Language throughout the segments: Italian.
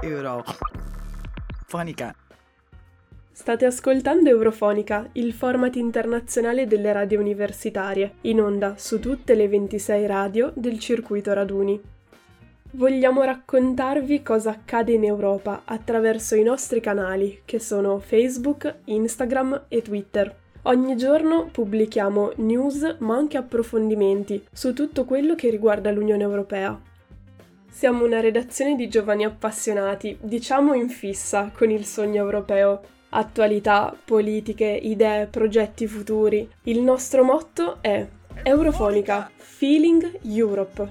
Eurofonica. State ascoltando Eurofonica, il format internazionale delle radio universitarie, in onda su tutte le 26 radio del circuito Raduni. Vogliamo raccontarvi cosa accade in Europa attraverso i nostri canali, che sono Facebook, Instagram e Twitter. Ogni giorno pubblichiamo news ma anche approfondimenti su tutto quello che riguarda l'Unione Europea. Siamo una redazione di giovani appassionati, diciamo in fissa con il sogno europeo. Attualità, politiche, idee, progetti futuri. Il nostro motto è Eurofonica, Feeling Europe.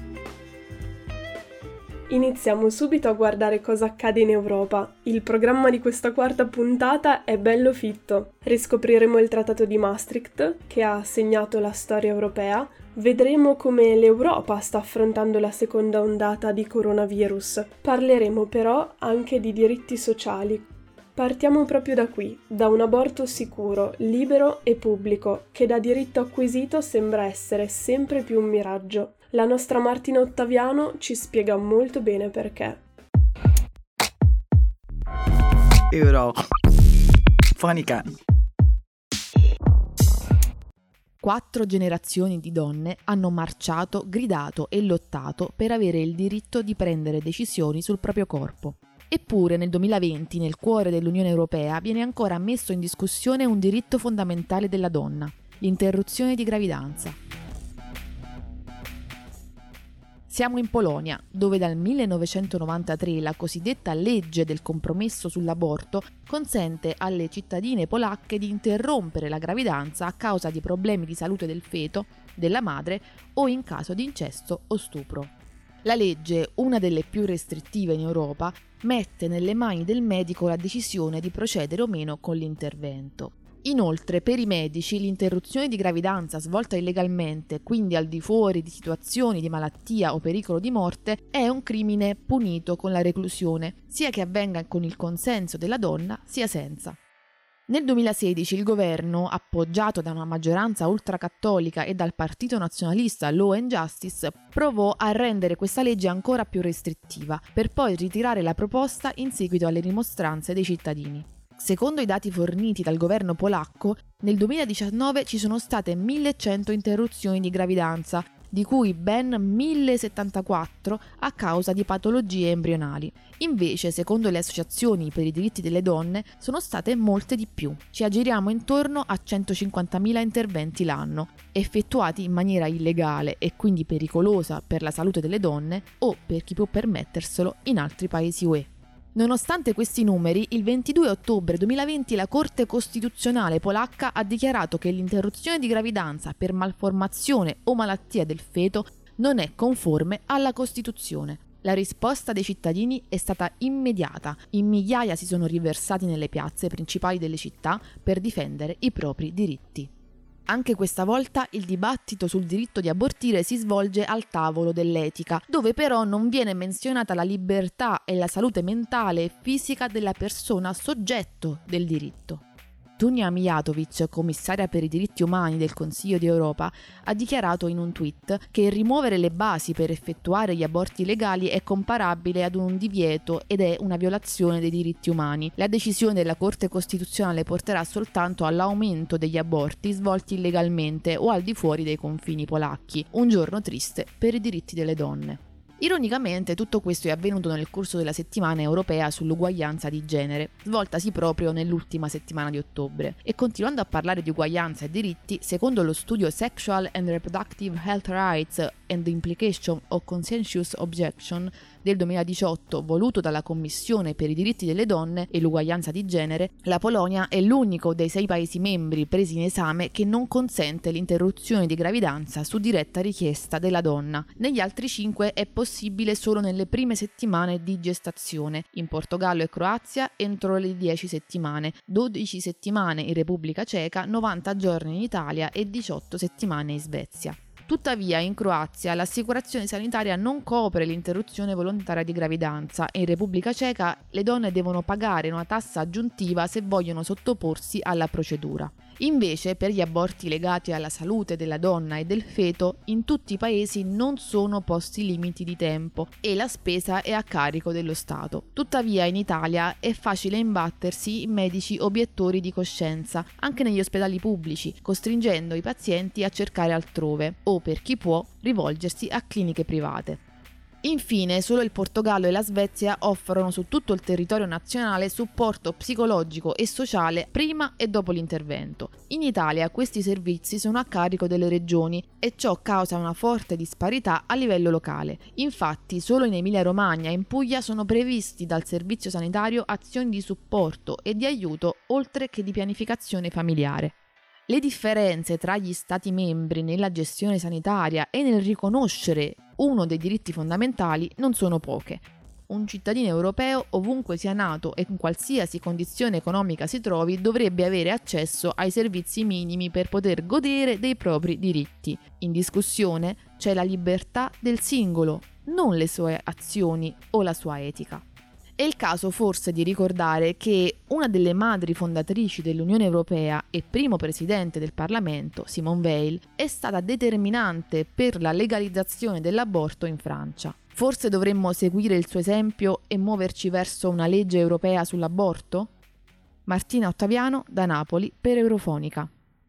Iniziamo subito a guardare cosa accade in Europa. Il programma di questa quarta puntata è bello fitto. Riscopriremo il Trattato di Maastricht, che ha segnato la storia europea. Vedremo come l'Europa sta affrontando la seconda ondata di coronavirus. Parleremo però anche di diritti sociali. Partiamo proprio da qui, da un aborto sicuro, libero e pubblico, che da diritto acquisito sembra essere sempre più un miraggio. La nostra Martina Ottaviano ci spiega molto bene perché. Eurofonica. 4 generazioni di donne hanno marciato, gridato e lottato per avere il diritto di prendere decisioni sul proprio corpo. Eppure nel 2020, nel cuore dell'Unione Europea, viene ancora messo in discussione un diritto fondamentale della donna, l'interruzione di gravidanza. Siamo in Polonia, dove dal 1993 la cosiddetta legge del compromesso sull'aborto consente alle cittadine polacche di interrompere la gravidanza a causa di problemi di salute del feto, della madre o in caso di incesto o stupro. La legge, una delle più restrittive in Europa, mette nelle mani del medico la decisione di procedere o meno con l'intervento. Inoltre, per i medici, l'interruzione di gravidanza svolta illegalmente, quindi al di fuori di situazioni di malattia o pericolo di morte, è un crimine punito con la reclusione, sia che avvenga con il consenso della donna, sia senza. Nel 2016 il governo, appoggiato da una maggioranza ultracattolica e dal partito nazionalista Law and Justice, provò a rendere questa legge ancora più restrittiva, per poi ritirare la proposta in seguito alle rimostranze dei cittadini. Secondo i dati forniti dal governo polacco, nel 2019 ci sono state 1100 interruzioni di gravidanza, di cui ben 1074 a causa di patologie embrionali. Invece, secondo le associazioni per i diritti delle donne, sono state molte di più. Ci aggiriamo intorno a 150.000 interventi l'anno, effettuati in maniera illegale e quindi pericolosa per la salute delle donne o, per chi può permetterselo, in altri paesi UE. Nonostante questi numeri, il 22 ottobre 2020 la Corte Costituzionale polacca ha dichiarato che l'interruzione di gravidanza per malformazione o malattia del feto non è conforme alla Costituzione. La risposta dei cittadini è stata immediata. In migliaia si sono riversati nelle piazze principali delle città per difendere i propri diritti. Anche questa volta il dibattito sul diritto di abortire si svolge al tavolo dell'etica, dove però non viene menzionata la libertà e la salute mentale e fisica della persona soggetto del diritto. Dunja Mijatovic, commissaria per i diritti umani del Consiglio d'Europa, ha dichiarato in un tweet che rimuovere le basi per effettuare gli aborti legali è comparabile ad un divieto ed è una violazione dei diritti umani. La decisione della Corte Costituzionale porterà soltanto all'aumento degli aborti svolti illegalmente o al di fuori dei confini polacchi. Un giorno triste per i diritti delle donne. Ironicamente, tutto questo è avvenuto nel corso della settimana europea sull'uguaglianza di genere, svoltasi proprio nell'ultima settimana di ottobre. E continuando a parlare di uguaglianza e diritti, secondo lo studio Sexual and Reproductive Health Rights and the Implication of Conscientious Objection del 2018, voluto dalla Commissione per i diritti delle donne e l'uguaglianza di genere, la Polonia è l'unico dei 6 Paesi membri presi in esame che non consente l'interruzione di gravidanza su diretta richiesta della donna. Negli altri 5 è possibile solo nelle prime settimane di gestazione, in Portogallo e Croazia entro le 10 settimane, 12 settimane in Repubblica Ceca, 90 giorni in Italia e 18 settimane in Svezia. Tuttavia, in Croazia l'assicurazione sanitaria non copre l'interruzione volontaria di gravidanza e in Repubblica Ceca le donne devono pagare una tassa aggiuntiva se vogliono sottoporsi alla procedura. Invece, per gli aborti legati alla salute della donna e del feto, in tutti i paesi non sono posti limiti di tempo e la spesa è a carico dello Stato. Tuttavia, in Italia è facile imbattersi in medici obiettori di coscienza, anche negli ospedali pubblici, costringendo i pazienti a cercare altrove o, per chi può, rivolgersi a cliniche private. Infine, solo il Portogallo e la Svezia offrono su tutto il territorio nazionale supporto psicologico e sociale prima e dopo l'intervento. In Italia questi servizi sono a carico delle regioni e ciò causa una forte disparità a livello locale. Infatti, solo in Emilia-Romagna e in Puglia sono previsti dal servizio sanitario azioni di supporto e di aiuto oltre che di pianificazione familiare. Le differenze tra gli Stati membri nella gestione sanitaria e nel riconoscere uno dei diritti fondamentali non sono poche. Un cittadino europeo, ovunque sia nato e in qualsiasi condizione economica si trovi, dovrebbe avere accesso ai servizi minimi per poter godere dei propri diritti. In discussione c'è la libertà del singolo, non le sue azioni o la sua etica. È il caso forse di ricordare che una delle madri fondatrici dell'Unione Europea e primo presidente del Parlamento, Simone Veil, è stata determinante per la legalizzazione dell'aborto in Francia. Forse dovremmo seguire il suo esempio e muoverci verso una legge europea sull'aborto? Martina Ottaviano da Napoli per Eurofonica.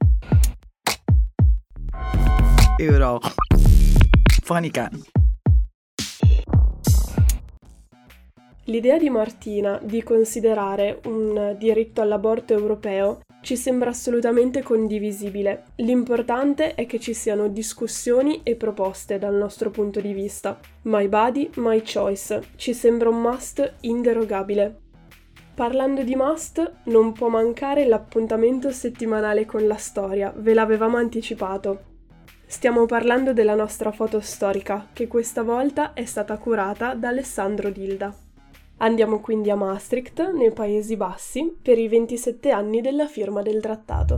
Eurofonica. L'idea di Martina di considerare un diritto all'aborto europeo ci sembra assolutamente condivisibile. L'importante è che ci siano discussioni e proposte dal nostro punto di vista. My body, my choice ci sembra un must inderogabile. Parlando di must, non può mancare l'appuntamento settimanale con la storia, ve l'avevamo anticipato. Stiamo parlando della nostra foto storica, che questa volta è stata curata da Alessandro Dilda. Andiamo quindi a Maastricht, nei Paesi Bassi, per i 27 anni della firma del trattato.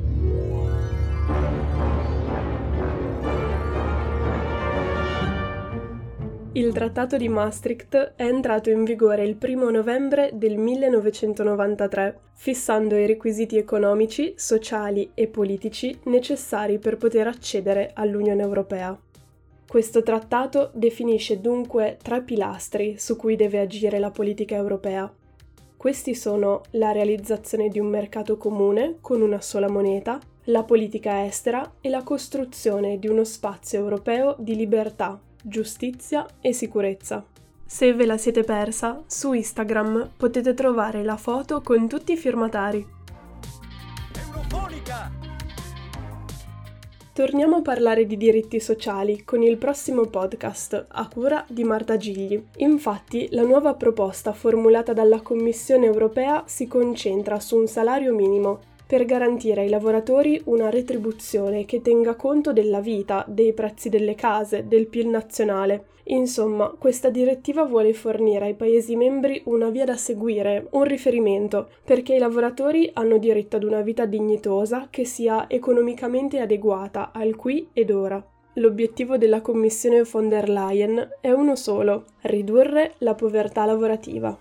Il Trattato di Maastricht è entrato in vigore il 1 novembre del 1993, fissando i requisiti economici, sociali e politici necessari per poter accedere all'Unione Europea. Questo trattato definisce dunque 3 pilastri su cui deve agire la politica europea. Questi sono la realizzazione di un mercato comune con una sola moneta, la politica estera e la costruzione di uno spazio europeo di libertà, giustizia e sicurezza. Se ve la siete persa, su Instagram potete trovare la foto con tutti i firmatari. Eurofonica! Torniamo a parlare di diritti sociali con il prossimo podcast a cura di Marta Gigli. Infatti, la nuova proposta formulata dalla Commissione europea si concentra su un salario minimo per garantire ai lavoratori una retribuzione che tenga conto della vita, dei prezzi delle case, del PIL nazionale. Insomma, questa direttiva vuole fornire ai Paesi membri una via da seguire, un riferimento, perché i lavoratori hanno diritto ad una vita dignitosa che sia economicamente adeguata al qui ed ora. L'obiettivo della Commissione von der Leyen è uno solo: ridurre la povertà lavorativa.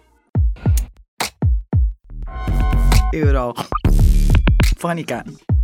Eurofonica.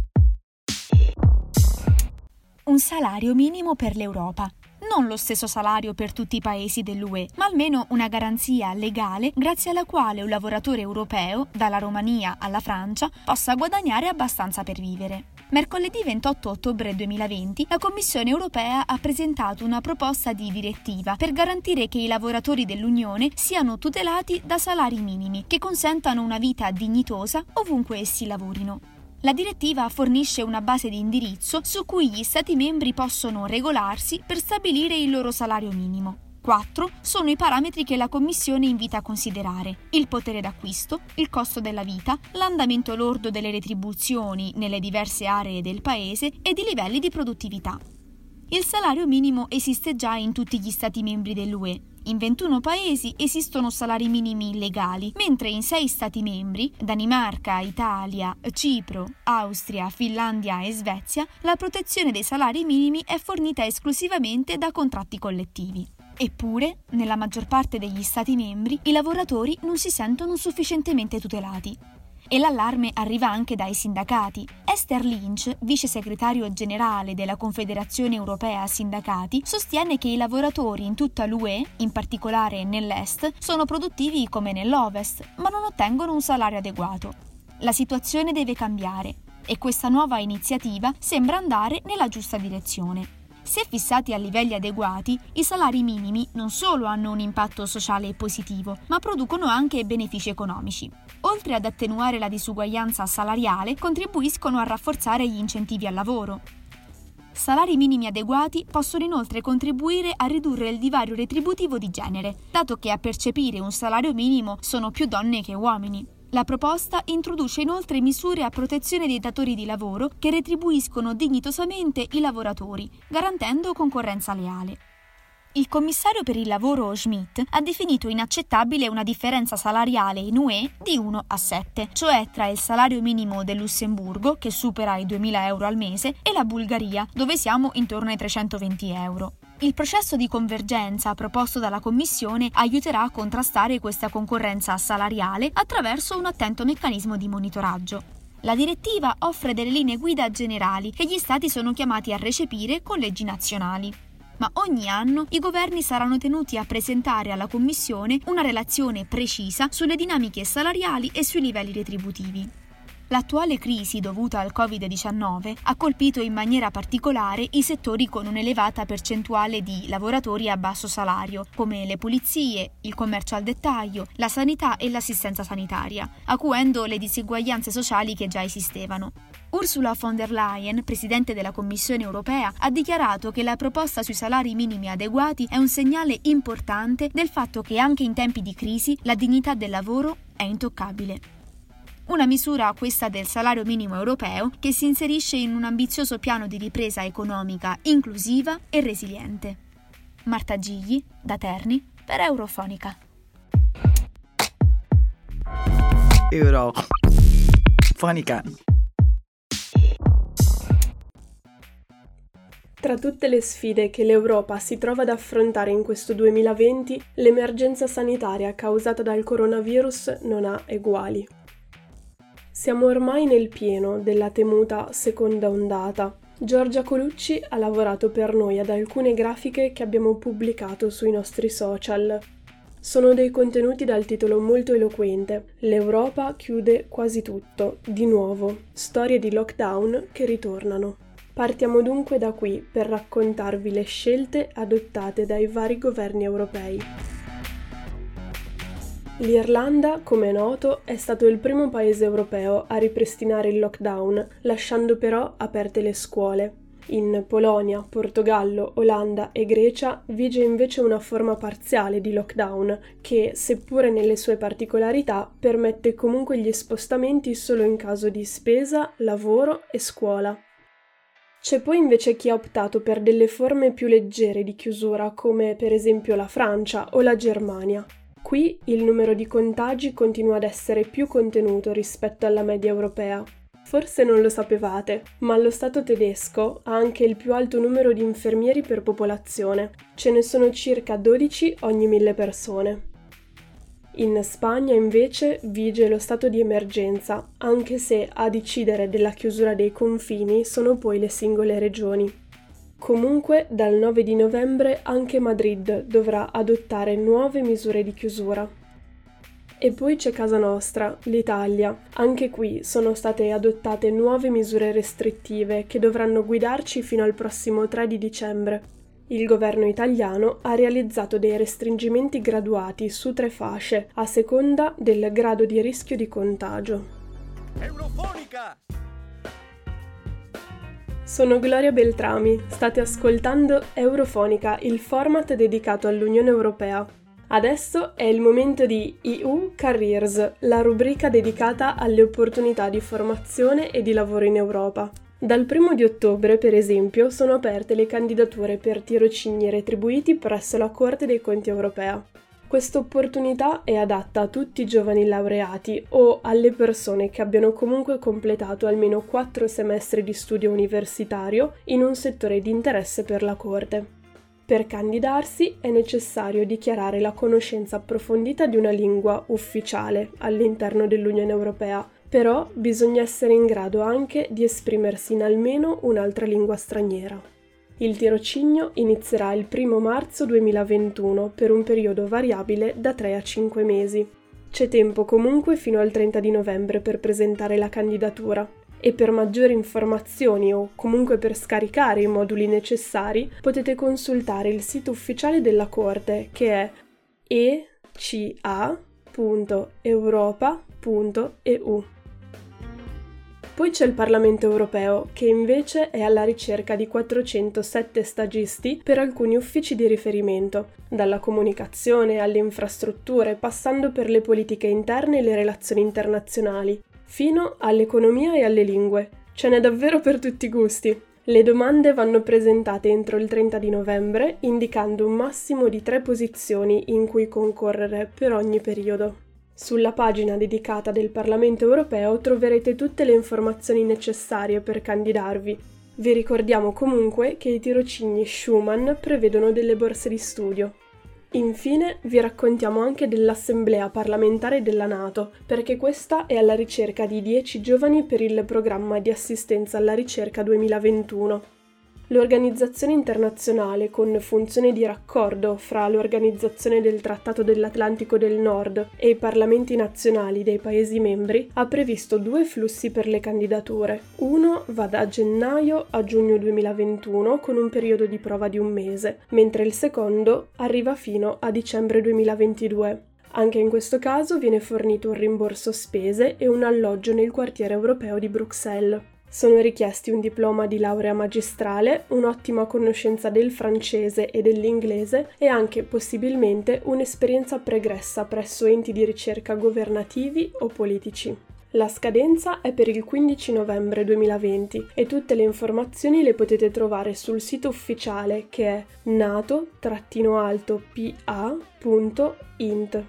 Un salario minimo per l'Europa. Non lo stesso salario per tutti i paesi dell'UE, ma almeno una garanzia legale grazie alla quale un lavoratore europeo, dalla Romania alla Francia, possa guadagnare abbastanza per vivere. Mercoledì 28 ottobre 2020 la Commissione europea ha presentato una proposta di direttiva per garantire che i lavoratori dell'Unione siano tutelati da salari minimi che consentano una vita dignitosa ovunque essi lavorino. La direttiva fornisce una base di indirizzo su cui gli Stati membri possono regolarsi per stabilire il loro salario minimo. 4 sono i parametri che la Commissione invita a considerare: il potere d'acquisto, il costo della vita, l'andamento lordo delle retribuzioni nelle diverse aree del paese ed i livelli di produttività. Il salario minimo esiste già in tutti gli Stati membri dell'UE. In 21 paesi esistono salari minimi legali, mentre in 6 Stati membri, Danimarca, Italia, Cipro, Austria, Finlandia e Svezia, la protezione dei salari minimi è fornita esclusivamente da contratti collettivi. Eppure, nella maggior parte degli Stati membri, i lavoratori non si sentono sufficientemente tutelati. E l'allarme arriva anche dai sindacati. Esther Lynch, vice segretario generale della Confederazione Europea Sindacati, sostiene che i lavoratori in tutta l'UE, in particolare nell'Est, sono produttivi come nell'Ovest, ma non ottengono un salario adeguato. La situazione deve cambiare e questa nuova iniziativa sembra andare nella giusta direzione. Se fissati a livelli adeguati, i salari minimi non solo hanno un impatto sociale positivo, ma producono anche benefici economici. Oltre ad attenuare la disuguaglianza salariale, contribuiscono a rafforzare gli incentivi al lavoro. Salari minimi adeguati possono inoltre contribuire a ridurre il divario retributivo di genere, dato che a percepire un salario minimo sono più donne che uomini. La proposta introduce inoltre misure a protezione dei datori di lavoro che retribuiscono dignitosamente i lavoratori, garantendo concorrenza leale. Il commissario per il lavoro Schmidt ha definito inaccettabile una differenza salariale in UE di 1 a 7, cioè tra il salario minimo del Lussemburgo, che supera i 2.000 euro al mese, e la Bulgaria, dove siamo intorno ai 320 euro. Il processo di convergenza proposto dalla Commissione aiuterà a contrastare questa concorrenza salariale attraverso un attento meccanismo di monitoraggio. La direttiva offre delle linee guida generali che gli Stati sono chiamati a recepire con leggi nazionali. Ma ogni anno i governi saranno tenuti a presentare alla Commissione una relazione precisa sulle dinamiche salariali e sui livelli retributivi. L'attuale crisi dovuta al Covid-19 ha colpito in maniera particolare i settori con un'elevata percentuale di lavoratori a basso salario, come le pulizie, il commercio al dettaglio, la sanità e l'assistenza sanitaria, acuendo le diseguaglianze sociali che già esistevano. Ursula von der Leyen, presidente della Commissione europea, ha dichiarato che la proposta sui salari minimi adeguati è un segnale importante del fatto che anche in tempi di crisi la dignità del lavoro è intoccabile. Una misura, questa del salario minimo europeo, che si inserisce in un ambizioso piano di ripresa economica inclusiva e resiliente. Marta Gigli, da Terni, per Eurofonica. Eurofonica. Tra tutte le sfide che l'Europa si trova ad affrontare in questo 2020, l'emergenza sanitaria causata dal coronavirus non ha eguali. Siamo ormai nel pieno della temuta seconda ondata. Giorgia Colucci ha lavorato per noi ad alcune grafiche che abbiamo pubblicato sui nostri social. Sono dei contenuti dal titolo molto eloquente: L'Europa chiude quasi tutto, di nuovo, storie di lockdown che ritornano. Partiamo dunque da qui per raccontarvi le scelte adottate dai vari governi europei. L'Irlanda, come è noto, è stato il primo paese europeo a ripristinare il lockdown, lasciando però aperte le scuole. In Polonia, Portogallo, Olanda e Grecia vige invece una forma parziale di lockdown che, seppure nelle sue particolarità, permette comunque gli spostamenti solo in caso di spesa, lavoro e scuola. C'è poi invece chi ha optato per delle forme più leggere di chiusura, come per esempio la Francia o la Germania. Qui il numero di contagi continua ad essere più contenuto rispetto alla media europea. Forse non lo sapevate, ma lo Stato tedesco ha anche il più alto numero di infermieri per popolazione. Ce ne sono circa 12 ogni 1000 persone. In Spagna invece vige lo stato di emergenza, anche se a decidere della chiusura dei confini sono poi le singole regioni. Comunque, dal 9 di novembre anche Madrid dovrà adottare nuove misure di chiusura. E poi c'è casa nostra, l'Italia. Anche qui sono state adottate nuove misure restrittive che dovranno guidarci fino al prossimo 3 di dicembre. Il governo italiano ha realizzato dei restringimenti graduati su 3 fasce, a seconda del grado di rischio di contagio. Eurofonica! Sono Gloria Beltrami, state ascoltando Eurofonica, il format dedicato all'Unione Europea. Adesso è il momento di EU Careers, la rubrica dedicata alle opportunità di formazione e di lavoro in Europa. Dal 1 di ottobre, per esempio, sono aperte le candidature per tirocini retribuiti presso la Corte dei Conti Europea. Questa opportunità è adatta a tutti i giovani laureati o alle persone che abbiano comunque completato almeno 4 semestri di studio universitario in un settore di interesse per la Corte. Per candidarsi è necessario dichiarare la conoscenza approfondita di una lingua ufficiale all'interno dell'Unione Europea, Però bisogna essere in grado anche di esprimersi in almeno un'altra lingua straniera. Il tirocinio inizierà il 1 marzo 2021 per un periodo variabile da 3 a 5 mesi. C'è tempo comunque fino al 30 di novembre per presentare la candidatura e per maggiori informazioni o comunque per scaricare i moduli necessari potete consultare il sito ufficiale della Corte che è eca.europa.eu. Poi c'è il Parlamento europeo, che invece è alla ricerca di 407 stagisti per alcuni uffici di riferimento, dalla comunicazione alle infrastrutture, passando per le politiche interne e le relazioni internazionali, fino all'economia e alle lingue. Ce n'è davvero per tutti i gusti. Le domande vanno presentate entro il 30 di novembre, indicando un massimo di 3 posizioni in cui concorrere per ogni periodo. Sulla pagina dedicata del Parlamento europeo troverete tutte le informazioni necessarie per candidarvi. Vi ricordiamo comunque che i tirocini Schumann prevedono delle borse di studio. Infine vi raccontiamo anche dell'Assemblea parlamentare della NATO, perché questa è alla ricerca di 10 giovani per il programma di assistenza alla ricerca 2021. L'organizzazione internazionale, con funzione di raccordo fra l'Organizzazione del Trattato dell'Atlantico del Nord e i parlamenti nazionali dei Paesi membri, ha previsto 2 flussi per le candidature. Uno va da gennaio a giugno 2021 con un periodo di prova di 1 mese, mentre il secondo arriva fino a dicembre 2022. Anche in questo caso viene fornito un rimborso spese e un alloggio nel quartiere europeo di Bruxelles. Sono richiesti un diploma di laurea magistrale, un'ottima conoscenza del francese e dell'inglese e anche possibilmente un'esperienza pregressa presso enti di ricerca governativi o politici. La scadenza è per il 15 novembre 2020 e tutte le informazioni le potete trovare sul sito ufficiale che è nato-pa.int.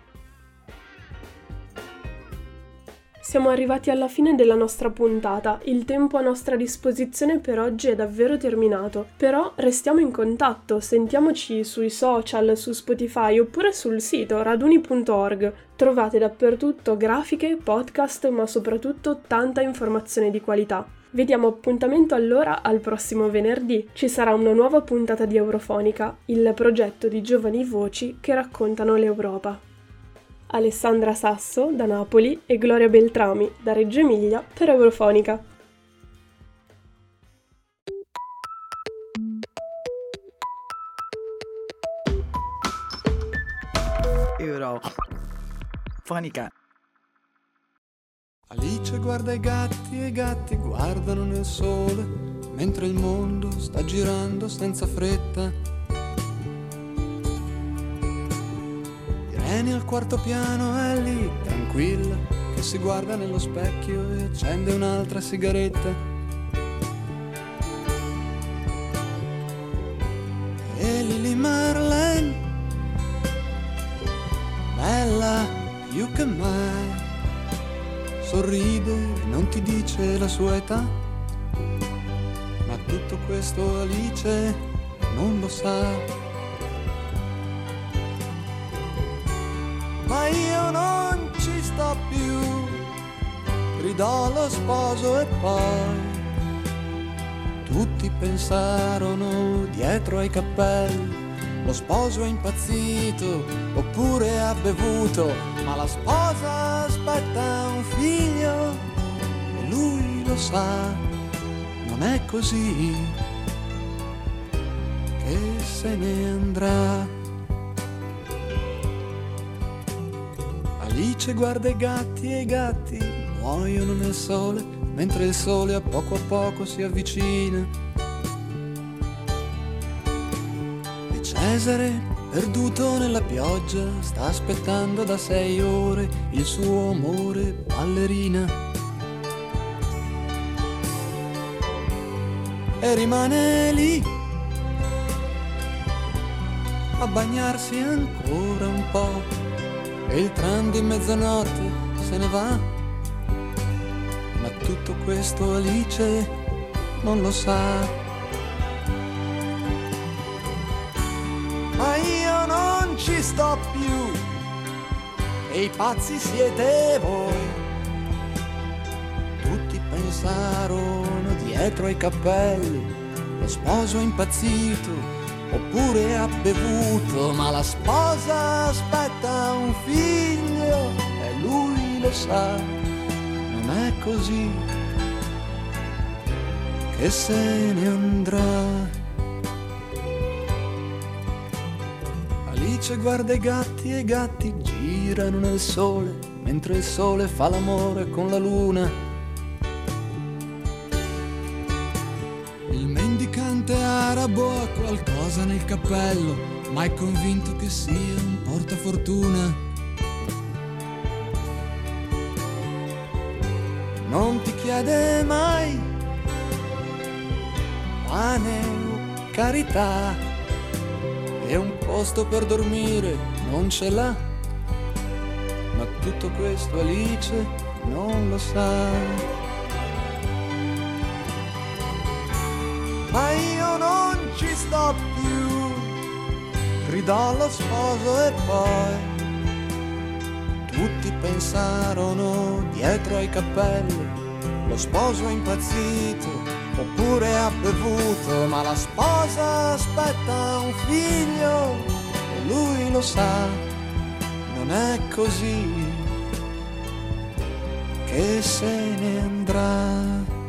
Siamo arrivati alla fine della nostra puntata, il tempo a nostra disposizione per oggi è davvero terminato, però restiamo in contatto, sentiamoci sui social, su Spotify oppure sul sito raduni.org. Trovate dappertutto grafiche, podcast, ma soprattutto tanta informazione di qualità. Vi diamo appuntamento allora al prossimo venerdì. Ci sarà una nuova puntata di Eurofonica, il progetto di giovani voci che raccontano l'Europa. Alessandra Sasso da Napoli e Gloria Beltrami da Reggio Emilia per Eurofonica. Eurofonica. Alice guarda i gatti e i gatti guardano nel sole, mentre il mondo sta girando senza fretta. Irene al quarto piano è lì, tranquilla, che si guarda nello specchio e accende un'altra sigaretta. E Lily Marlene, bella più che mai, sorride e non ti dice la sua età, ma tutto questo Alice non lo sa. Ma io non ci sto più, gridò lo sposo e poi tutti pensarono dietro ai cappelli, lo sposo è impazzito oppure ha bevuto, ma la sposa aspetta un figlio e lui lo sa, non è così che se ne andrà. Alice guarda i gatti e i gatti muoiono nel sole, mentre il sole a poco si avvicina. E Cesare, perduto nella pioggia, sta aspettando da 6 ore il suo amore ballerina. E rimane lì a bagnarsi ancora un po'. E il tram di mezzanotte se ne va, ma tutto questo Alice non lo sa. Ma io non ci sto più, e i pazzi siete voi, pensarono dietro ai cappelli, lo sposo è impazzito oppure ha bevuto, ma la sposa aspetta un figlio e lui lo sa, non è così che se ne andrà. Alice guarda i gatti e i gatti girano nel sole, mentre il sole fa l'amore con la luna. Il mendicante arabo ha qualcosa nel cappello, ma è convinto che sia un portafortuna. Non ti chiede mai pane o carità, e un posto per dormire non ce l'ha, ma tutto questo Alice non lo sa. Ma io non ci sto più, gridò lo sposo e poi tutti pensarono dietro ai cappelli, lo sposo è impazzito oppure ha bevuto, ma la sposa aspetta un figlio e lui lo sa, non è così che se ne andrà.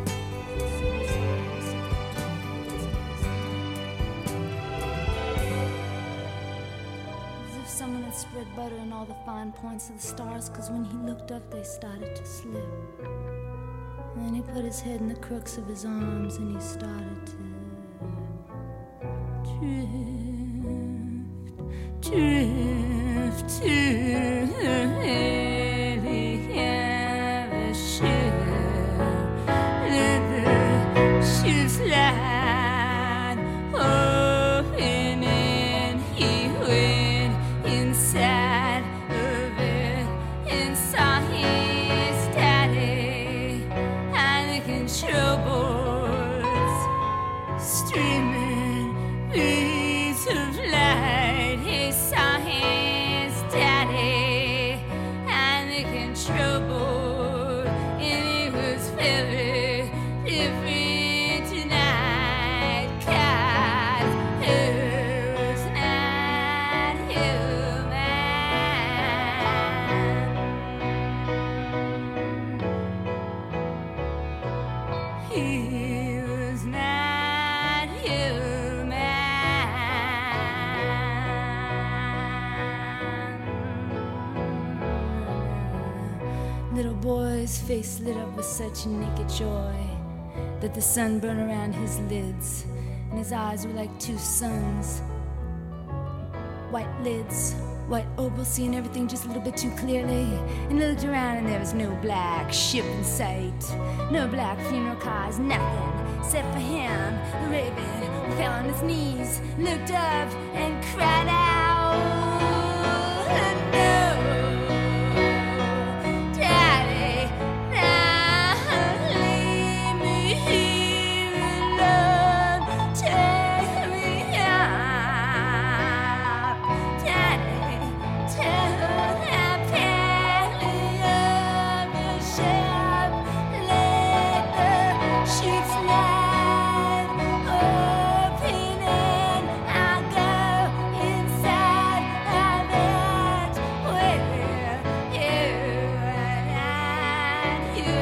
As if someone had spread butter on all the fine points of the stars, 'cause when he looked up they started to slip. And then he put his head in the crooks of his arms and he started to drift to the ship. Let the ship slide open and he went inside of it and saw his daddy and the control boards streaming beads of light. He saw his daddy and the control board, and it was very different tonight. 'Cause it was not human. He was not human. Little boy's face lit up with such naked joy that the sun burned around his lids, and his eyes were like two suns. White lids, white opal, seeing everything just a little bit too clearly. And he looked around and there was no black ship in sight, no black funeral cars, nothing except for him, the raven, who fell on his knees, looked up and cried out, "No, Daddy, now leave me here alone, take me up, Daddy, tell that penny of the ship, let the ship slide open and I'll go inside of it, where you are not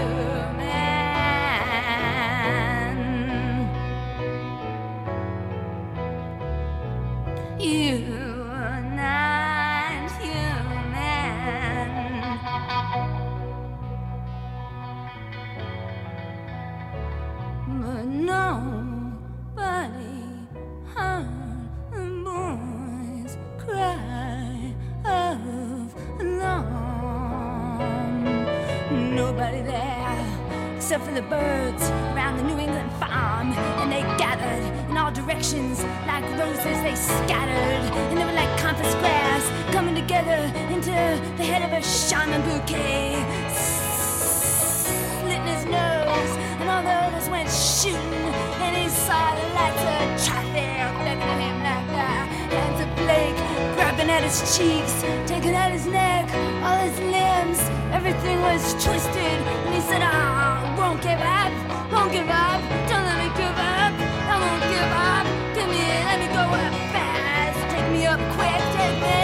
human. You are not human. But nobody heard the boys cry of alarm. Nobody there except for the birds around the New England farm, and they gathered in all directions like roses. They scattered, and they were like compass grass coming together into the head of a shaman bouquet. Slit in his nose, and all the others went shooting, and he saw the lights of traffic looking at him like that. Hands of Blake grabbing at his cheeks, taking at his neck, all his limbs, everything was twisted, and he said, "Ah, wrong won't give up, won't give up, don't let me give up, I won't give up, give me, let me go up fast, take me up quick, take me,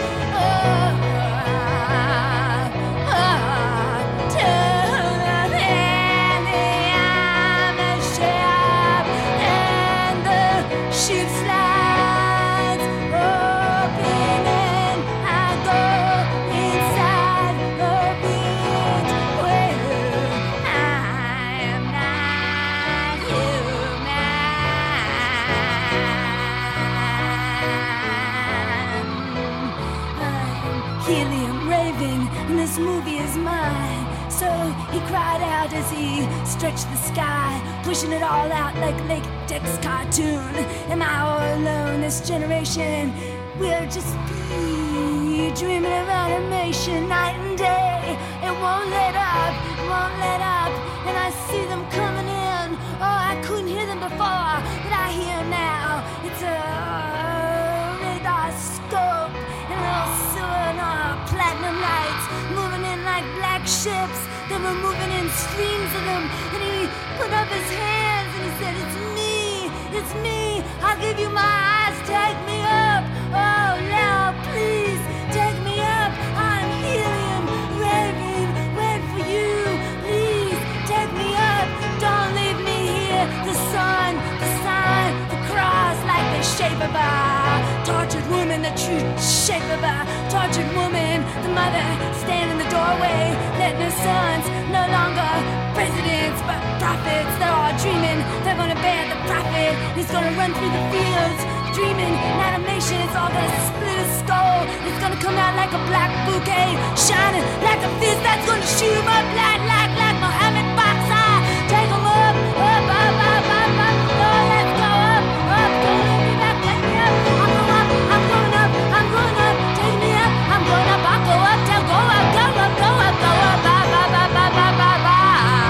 to the end of the ship, and the ship slides open and I go inside of it. Well, I am not human. I'm helium raving, and this movie is mine. So he cried out as he stretched the sky, pushing it all out like latex cartoon. Am I all alone? This generation will just be dreaming of animation night and day. It won't let up, won't let up. And I see them coming in. Oh, I couldn't hear them before, but I hear now. It's a radar scope and little silver platinum lights moving in like black ships. They were moving in streams of them, and he put up his hands and he said, it's me, I'll give you my eyes, take me up, oh now please, take me up, I'm helium, raving, wait for you, please, take me up, don't leave me here, the sun, the sign, the cross, like the shape of a tortured woman, the true shape of a tortured woman, the mother standing in the doorway, letting her sons no longer presidents but prophets. They're all dreaming they're gonna bear the prophet. He's gonna run through the fields dreaming in animation. It's all gonna split his skull. It's gonna come out like a black bouquet, shining like a fist that's gonna shoot him up like Mohammed Boxer. Take him up, up, up, up, up, up. Oh, let's go up, up. Don't let me back, take me up. I'm going up, I'm going up, I'm going up. Take me up, I'm going up, I'll go up, tell go up, go up, go up, go up, up, up, up, up, up, up, up.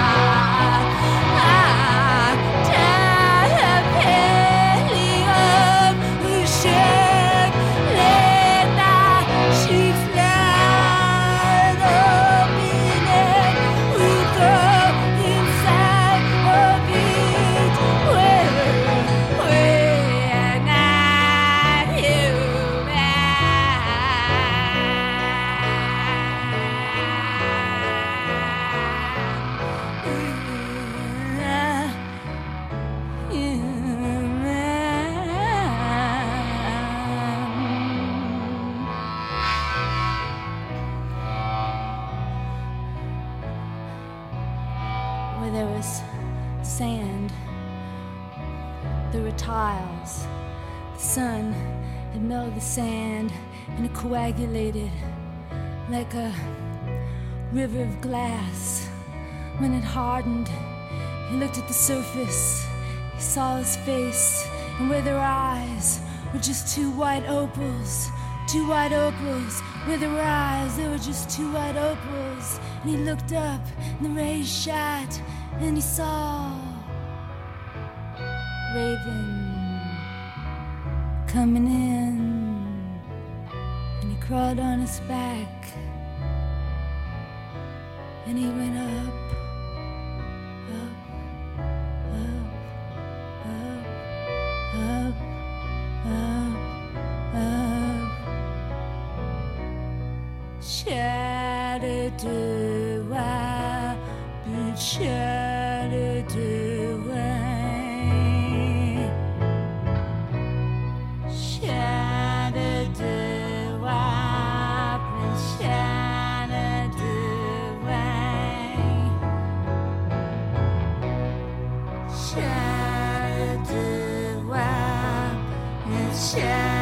There was sand, there were tiles. The sun had melted the sand and it coagulated like a river of glass. When it hardened, he looked at the surface, he saw his face, and where their eyes were just two white opals. Two white opals, where there were eyes, there were just two white opals. And he looked up, and the rays shot, and he saw Raven coming in, and he crawled on his back, and he went up, up, up, up, up, up, up. Shattered-to-I, but shattered-to-I, shattered-to-I, but shattered-to-I, shattered-to-I, but shattered-to-I.